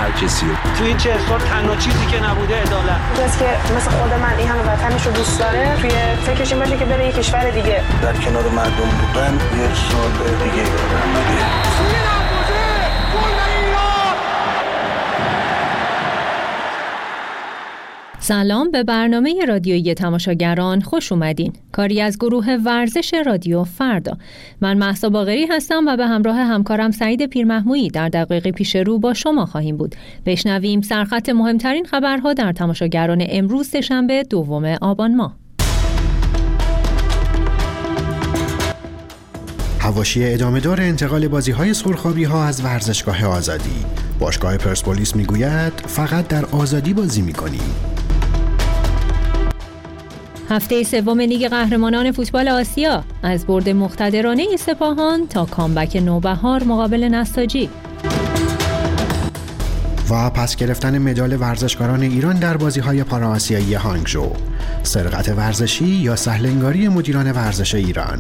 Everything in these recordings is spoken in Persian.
هر کسی. تو این 40 سال تنها چیزی که نبوده عدالت. کسی که مثل خود من این همه وطنش رو دوست داره توی فکرش این باشه که بره یه کشور دیگه در کنار مردم بودن یک سال دیگه سلام به برنامه رادیویی تماشاگران خوش اومدین. کاری از گروه ورزش رادیو فردا. من مهسا باقری هستم و به همراه همکارم سعید پیرمحمودی در دقایق پیش رو با شما خواهیم بود. بشنویم سرخط مهمترین خبرها در تماشاگران امروز سه‌شنبه 2 آبان ماه. حواشی ادامه دار انتقال بازی‌های سرخابی‌ها از ورزشگاه آزادی. باشگاه پرسپولیس میگوید فقط در آزادی بازی می‌کنیم. هفته سوم لیگ قهرمانان فوتبال آسیا، از برد مقتدرانه سپاهان تا کامبک نوبهار مقابل نساجی و پس گرفتن مدال ورزشکاران ایران در بازی‌های پارآسیایی هانگژو. سرقت ورزشی یا سهل‌انگاری مدیران ورزش ایران.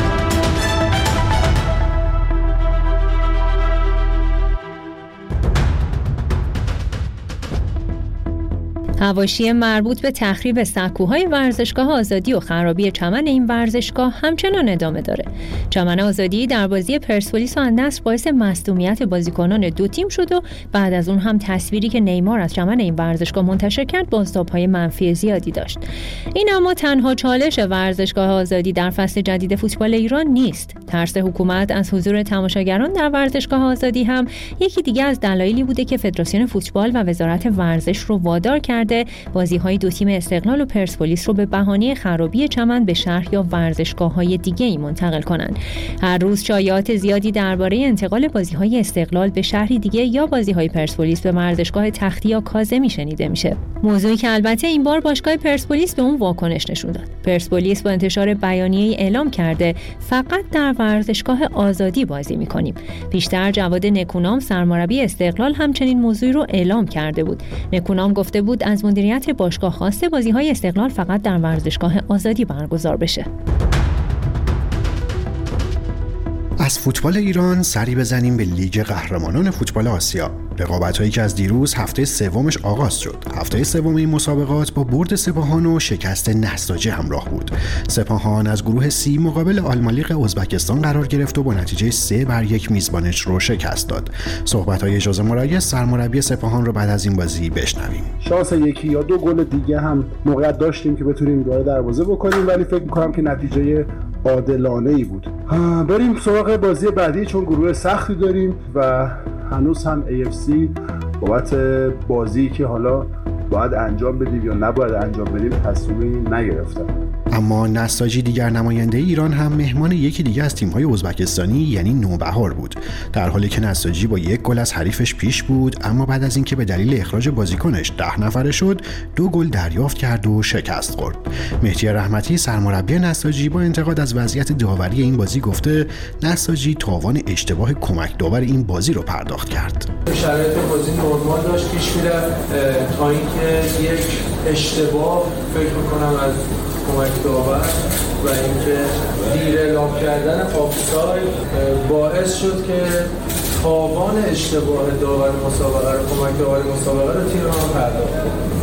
حواشی مربوط به تخریب سکوهای ورزشگاه آزادی و خرابی چمن این ورزشگاه همچنان ادامه داره. چمن آزادی در بازی پرسپولیس و النصر باعث مصدومیت بازیکنان دو تیم شد و بعد از اون هم تصویری که نیمار از چمن این ورزشگاه منتشر کرد بازتاب‌های منفی زیادی داشت. این اما تنها چالش ورزشگاه آزادی در فصل جدید فوتبال ایران نیست. ترس حکومت از حضور تماشاگران در ورزشگاه آزادی هم یکی دیگه از دلایلی بوده که فدراسیون فوتبال و وزارت ورزش رو وادار کرد بازی‌های دو تیم استقلال و پرسپولیس رو به بهانه خرابی چمن به شهر یا ورزشگاه‌های دیگه‌ای منتقل کنند. هر روز شایعات زیادی درباره انتقال بازی‌های استقلال به شهری دیگه یا بازی‌های پرسپولیس به ورزشگاه تختی یا کاظمی شنیده میشه. موضوعی که البته این بار باشگاه پرسپولیس به اون واکنش نشون داد. پرسپولیس با انتشار بیانیه‌ای اعلام کرده فقط در ورزشگاه آزادی بازی می‌کنیم. پیشتر جواد نکونام سرمربی استقلال همچنین موضوعی رو اعلام کرده بود. نکونام گفته بود از مدیریت باشگاه خواسته بازی‌های استقلال فقط در ورزشگاه آزادی برگزار بشه. از فوتبال ایران سری بزنیم به لیگ قهرمانان فوتبال آسیا. رقابت‌هایی که از دیروز هفته سومش آغاز شد. هفته سوم این مسابقات با برد سپاهان و شکست نساجی همراه بود. سپاهان از گروه سی مقابل آلمالیق ازبکستان قرار گرفت و با نتیجه 3-1 میزبانش رو شکست داد. صحبت‌های ژوزه مورایس سرمربی سپاهان رو بعد از این بازی بشنویم. شانس یکی یا دو گل دیگه هم موقعیت داشتیم که بتونیم وارد دروازه بکنیم، ولی فکر می‌کنم که نتیجه عادلانه‌ای بود. بریم سراغ بازی بعدی چون گروه سختی داریم و هنوز هم AFC بابت بازی که حالا باید انجام بدیم یا نباید انجام بدیم تصمیمی نگرفتن. اما نساجی دیگر نماینده ایران هم مهمان یکی دیگه از تیم‌های ازبکستانی یعنی نوبهار بود. در حالی که نساجی با 1 گل از حریفش پیش بود، اما بعد از اینکه به دلیل اخراج بازیکنش 10 نفره شد، 2 گل دریافت کرد و شکست خورد. مهدی رحمتی سرمربی نساجی با انتقاد از وضعیت داوری این بازی گفته نساجی تاوان اشتباه کمک داور این بازی رو پرداخت کرد. شرایط بازی نرمال داشت پیش می‌رفت تا اینکه یک اشتباه فکر می‌کنم از کمک داور و اینکه دیر اعلام کردن آفساید باعث شد که تاوان اشتباه داور مسابقه رو کمک داور مسابقه رو تیم ما پرداخت کنه.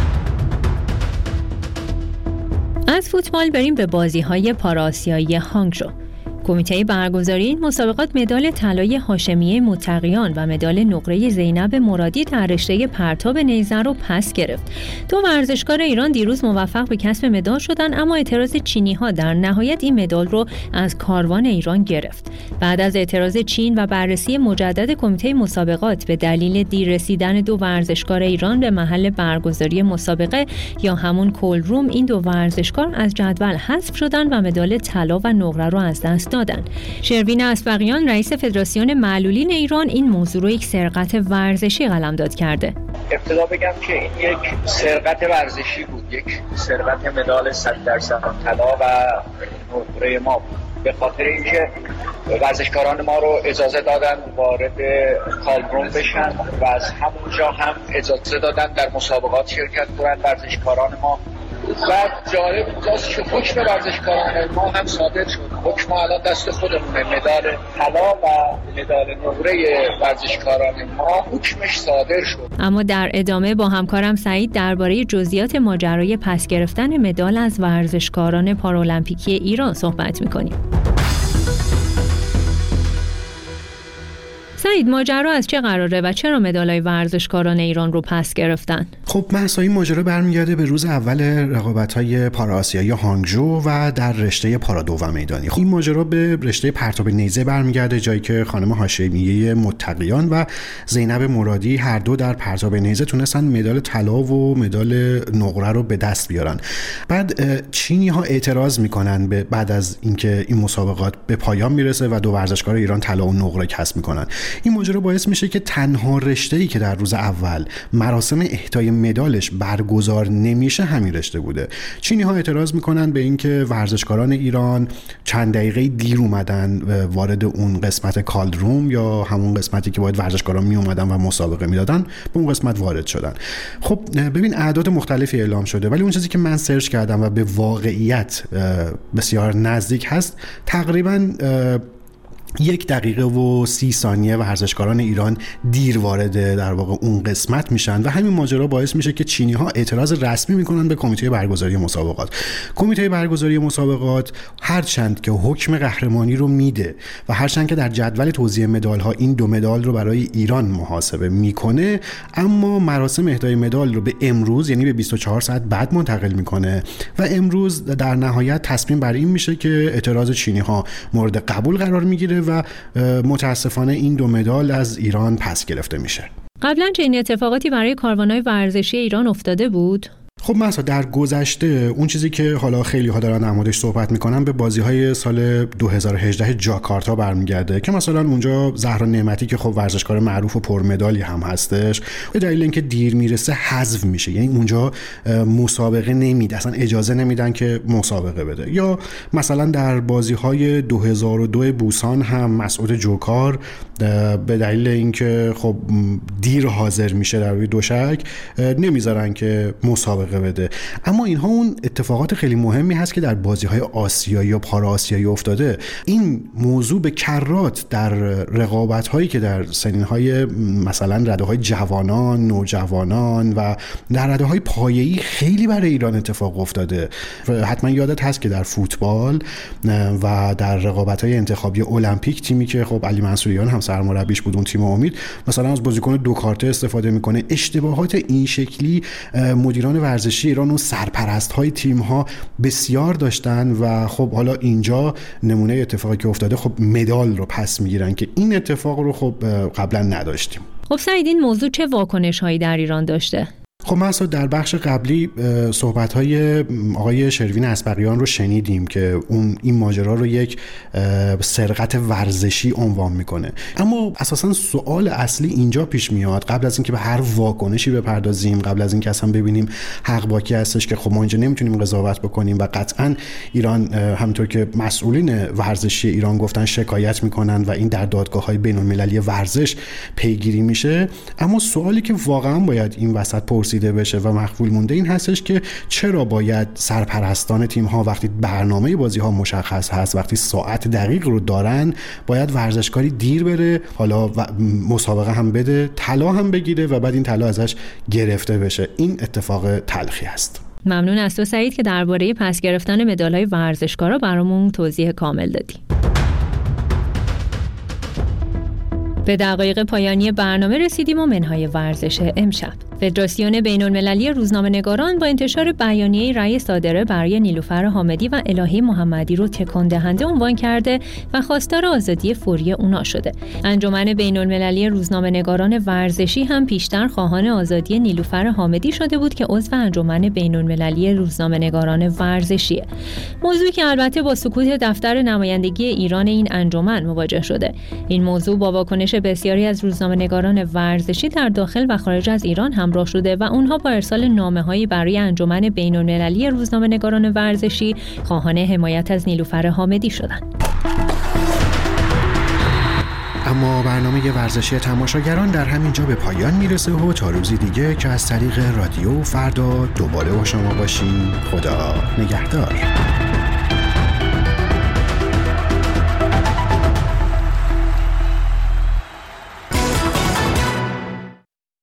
از فوتبال بریم به بازی‌های پارآسیایی هانگژو. کمیته برگزاری این مسابقات مدال طلای هاشمیه متقیان و مدال نقره زینب مرادی در رشته پرتاب نیزه رو پس گرفت. 2 ورزشکار ایران دیروز موفق به کسب مدال شدند، اما اعتراض چینی‌ها در نهایت این مدال رو از کاروان ایران گرفت. بعد از اعتراض چین و بررسی مجدد کمیته مسابقات به دلیل دیر رسیدن 2 ورزشکار ایران به محل برگزاری مسابقه یا همون کول روم، این 2 ورزشکار از جدول حذف شدند و مدال طلا و نقره رو از دست دادن. شروین اسبقیان رئیس فدراسیون معلولین ایران این موضوع رو یک سرقت ورزشی قلمداد کرده. ابتدا بگم که این یک سرقت ورزشی بود، یک سرقت مدال 100% طلا و نقره ما بود. به خاطر اینکه ورزشکاران ما رو اجازه دادن وارد کالبروم بشن و از همونجا هم اجازه دادن در مسابقات شرکت کنن. ورزشکاران ما و جالب اینجاست که حکم ورزشکاران ما هم صادر شد. حکم الان دست خودمونه، مدال طلا و مدال نقره ورزشکاران ما حکمش صادر شد. اما در ادامه با همکارم سعید درباره جزئیات ماجرای پس گرفتن مدال از ورزشکاران پارالمپیکی ایران صحبت می‌کنیم. سعید، ماجرا از چه قراره و چرا مدالای ورزشکاران ایران رو پس گرفتن؟ خب محسا، این ماجرا برمیگرده به روز اول رقابت‌های پارآسیایی هانگجو و در رشته پارادو و میدانی. این ماجرا به رشته پرتاب نیزه برمیگرده، جایی که خانم هاشمیه متقیان و زینب مرادی هر دو در پرتاب نیزه تونستن مدال طلا و مدال نقره رو به دست بیارن. بعد چینی‌ها اعتراض میکنن بعد از اینکه این مسابقات به پایان میرسه و دو ورزشکار ایران طلا و نقره کسب میکنن. این ماجرا باعث میشه که تنها رشته‌ای که در روز اول مراسم اهدای مدالش برگزار نمیشه همین رشته بوده. چینی‌ها اعتراض میکنن به اینکه ورزشکاران ایران چند دقیقه دیر اومدن وارد اون قسمت کالدروم یا همون قسمتی که باید ورزشکاران می اومدن و مسابقه میدادن به اون قسمت وارد شدن. خب ببین اعداد مختلفی اعلام شده، ولی اون چیزی که من سرچ کردم و به واقعیت بسیار نزدیک هست تقریباً 1 دقیقه و 30 ثانیه ورزشکاران ایران دیر وارد در واقع اون قسمت میشن و همین ماجرا باعث میشه که چینی‌ها اعتراض رسمی میکنن به کمیته برگزاری مسابقات. کمیته برگزاری مسابقات هرچند که حکم قهرمانی رو میده و هرچند که در جدول توزیع مدال‌ها این 2 مدال رو برای ایران محاسبه میکنه، اما مراسم اهدای مدال رو به امروز، یعنی به 24 ساعت بعد منتقل میکنه و امروز در نهایت تصمیم بر این میشه که اعتراض چینی‌ها مورد قبول قرار میگیره و متاسفانه این 2 مدال از ایران پس گرفته میشه. قبلا چه این اتفاقاتی برای کاروان‌های ورزشی ایران افتاده بود؟ خب مثلا در گذشته اون چیزی که حالا خیلی ها دارن نمادش صحبت میکنن به بازی‌های سال 2018 جاکارتا برمیگرده که مثلا اونجا زهرا نعمتی که خب ورزشکار معروف و پرمدالی هم هستش، به دلیل اینکه دیر میرسه حذف میشه، یعنی اونجا مسابقه نمیده، اصلا اجازه نمیدن که مسابقه بده. یا مثلا در بازی‌های 2002 بوسان هم مسعود جوکار به دلیل اینکه خب دیر حاضر میشه در روی دوشک نمیذارن که مسابقه بده. اما اینها اون اتفاقات خیلی مهمی هست که در بازی‌های آسیایی و پارآسیایی افتاده. این موضوع به کرات در رقابت‌هایی که در سنین‌های مثلا رده‌های جوانان، نوجوانان و در رده‌های پایه‌ای خیلی برای ایران اتفاق افتاده. حتما یادت هست که در فوتبال و در رقابت‌های انتخابی المپیک تیمی که خب علی منصوریان هم سرمربیش بود، اون تیم امید، مثلا از بازیکن 2 کارته استفاده میکنه. اشتباهات این شکلی مدیران ورزشی ایران و سرپرست‌های تیم‌ها بسیار داشتن و خب حالا اینجا نمونه اتفاقی که افتاده خب مدال رو پس میگیرن که این اتفاق رو خب قبلا نداشتیم. خب سعید، این موضوع چه واکنش‌هایی در ایران داشته؟ خب مثلا در بخش قبلی صحبت‌های آقای شروین اسبقیان رو شنیدیم که این ماجرا رو یک سرقت ورزشی عنوان میکنه. اما اساساً سوال اصلی اینجا پیش میاد، قبل از اینکه به هر واکنشی بپردازیم، قبل از اینکه اصلا ببینیم حق با کی هستش، که خب ما اینجا نمیتونیم قضاوت بکنیم و قطعاً ایران همونطور که مسئولین ورزشی ایران گفتن شکایت میکنن و این در دادگاه‌های بین‌المللی ورزش پیگیری میشه. اما سوالی که واقعاً باید این وسط پرسیده بشه و مخفول مونده این هستش که چرا باید سرپرستان تیم‌ها وقتی برنامه بازی‌ها مشخص هست، وقتی ساعت دقیق رو دارن، باید ورزشکاری دیر بره، حالا مسابقه هم بده، طلا هم بگیره و بعد این طلا ازش گرفته بشه. این اتفاق تلخی است. ممنون از تو سعید که درباره پس گرفتن مدال‌های ورزشکارا برامون توضیح کامل دادی. به دقایق پایانی برنامه رسیدیم و منهای ورزش امشب. فدراسیون بین‌المللی روزنامه‌نگاران با انتشار بیانیه رأی صادره برای نیلوفر حامدی و الهی محمدی رو تکان دهنده عنوان کرده و خواستار آزادی فوری اونا شده. انجمن بین‌المللی روزنامه‌نگاران ورزشی هم پیشتر خواهان آزادی نیلوفر حامدی شده بود که عضو انجمن بین‌المللی روزنامه‌نگاران ورزشیه. موضوعی که البته با سکوت دفتر نمایندگی ایران این انجمن مواجه شده. این موضوع با واکنش بسیاری از روزنامه‌نگاران ورزشی در داخل و خارج از ایران همراه شده و اونها با ارسال نامه‌هایی برای انجمن بین‌المللی روزنامه‌نگاران ورزشی خواهان حمایت از نیلوفر حامدی شدند. اما برنامه ورزشی تماشاگران در همین جا به پایان میرسه و تا روزی دیگه که از طریق رادیو فردا دوباره با شما باشیم. خدا نگهدار.